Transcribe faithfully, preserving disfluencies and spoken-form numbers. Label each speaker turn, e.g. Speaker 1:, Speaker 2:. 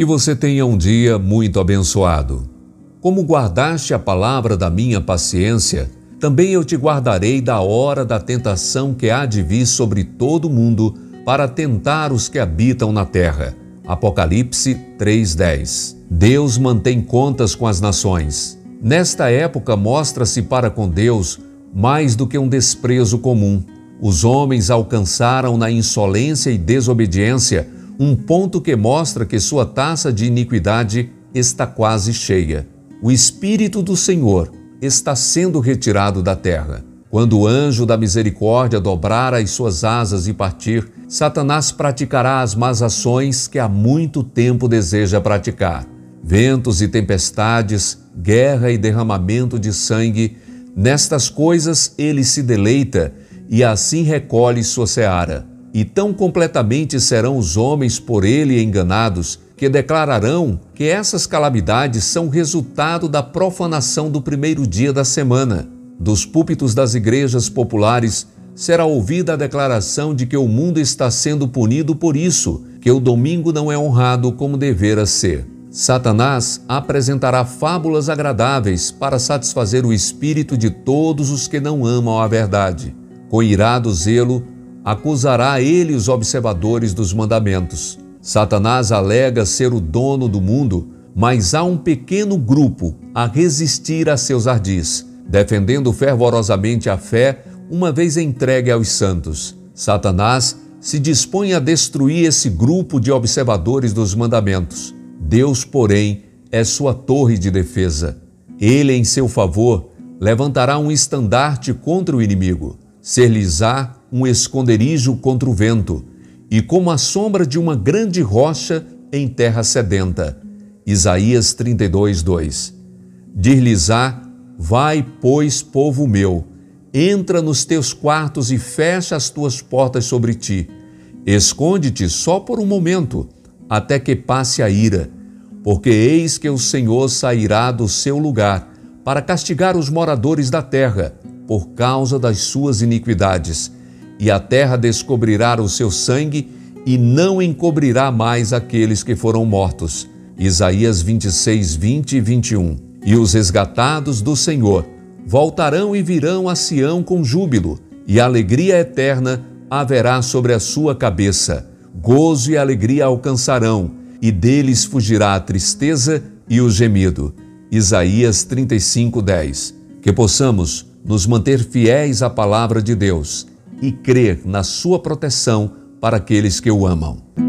Speaker 1: Que você tenha um dia muito abençoado. Como guardaste a palavra da minha paciência, também eu te guardarei da hora da tentação que há de vir sobre todo o mundo para tentar os que habitam na terra. Apocalipse três, dez. Deus mantém contas com as nações. Nesta época mostra-se para com Deus mais do que um desprezo comum. Os homens alcançaram na insolência e desobediência um ponto que mostra que sua taça de iniquidade está quase cheia. O Espírito do Senhor está sendo retirado da terra. Quando o anjo da misericórdia dobrar as suas asas e partir, Satanás praticará as más ações que há muito tempo deseja praticar. Ventos e tempestades, guerra e derramamento de sangue, nestas coisas ele se deleita e assim recolhe sua seara. E tão completamente serão os homens por ele enganados, que declararão que essas calamidades são resultado da profanação do primeiro dia da semana. Dos púlpitos das igrejas populares será ouvida a declaração de que o mundo está sendo punido por isso, que o domingo não é honrado como devera ser. Satanás apresentará fábulas agradáveis para satisfazer o espírito de todos os que não amam a verdade. Com irado zelo, acusará ele os observadores dos mandamentos. Satanás alega ser o dono do mundo, mas há um pequeno grupo a resistir a seus ardis, defendendo fervorosamente a fé, uma vez entregue aos santos. Satanás se dispõe a destruir esse grupo de observadores dos mandamentos. Deus, porém, é sua torre de defesa. Ele, em seu favor, levantará um estandarte contra o inimigo. Ser-lhes-á um esconderijo contra o vento, e como a sombra de uma grande rocha em terra sedenta. Isaías trinta e dois, dois. Dir-lhes-á: vai, pois, povo meu, entra nos teus quartos e fecha as tuas portas sobre ti. Esconde-te só por um momento, até que passe a ira, porque eis que o Senhor sairá do seu lugar para castigar os moradores da terra, por causa das suas iniquidades, e a terra descobrirá o seu sangue e não encobrirá mais aqueles que foram mortos. Isaías vinte e seis, vinte e vinte e um. E os resgatados do Senhor voltarão e virão a Sião com júbilo, e alegria eterna haverá sobre a sua cabeça. Gozo e alegria alcançarão, e deles fugirá a tristeza e o gemido. Isaías trinta e cinco, dez. Que possamos nos manter fiéis à palavra de Deus e crer na sua proteção para aqueles que o amam.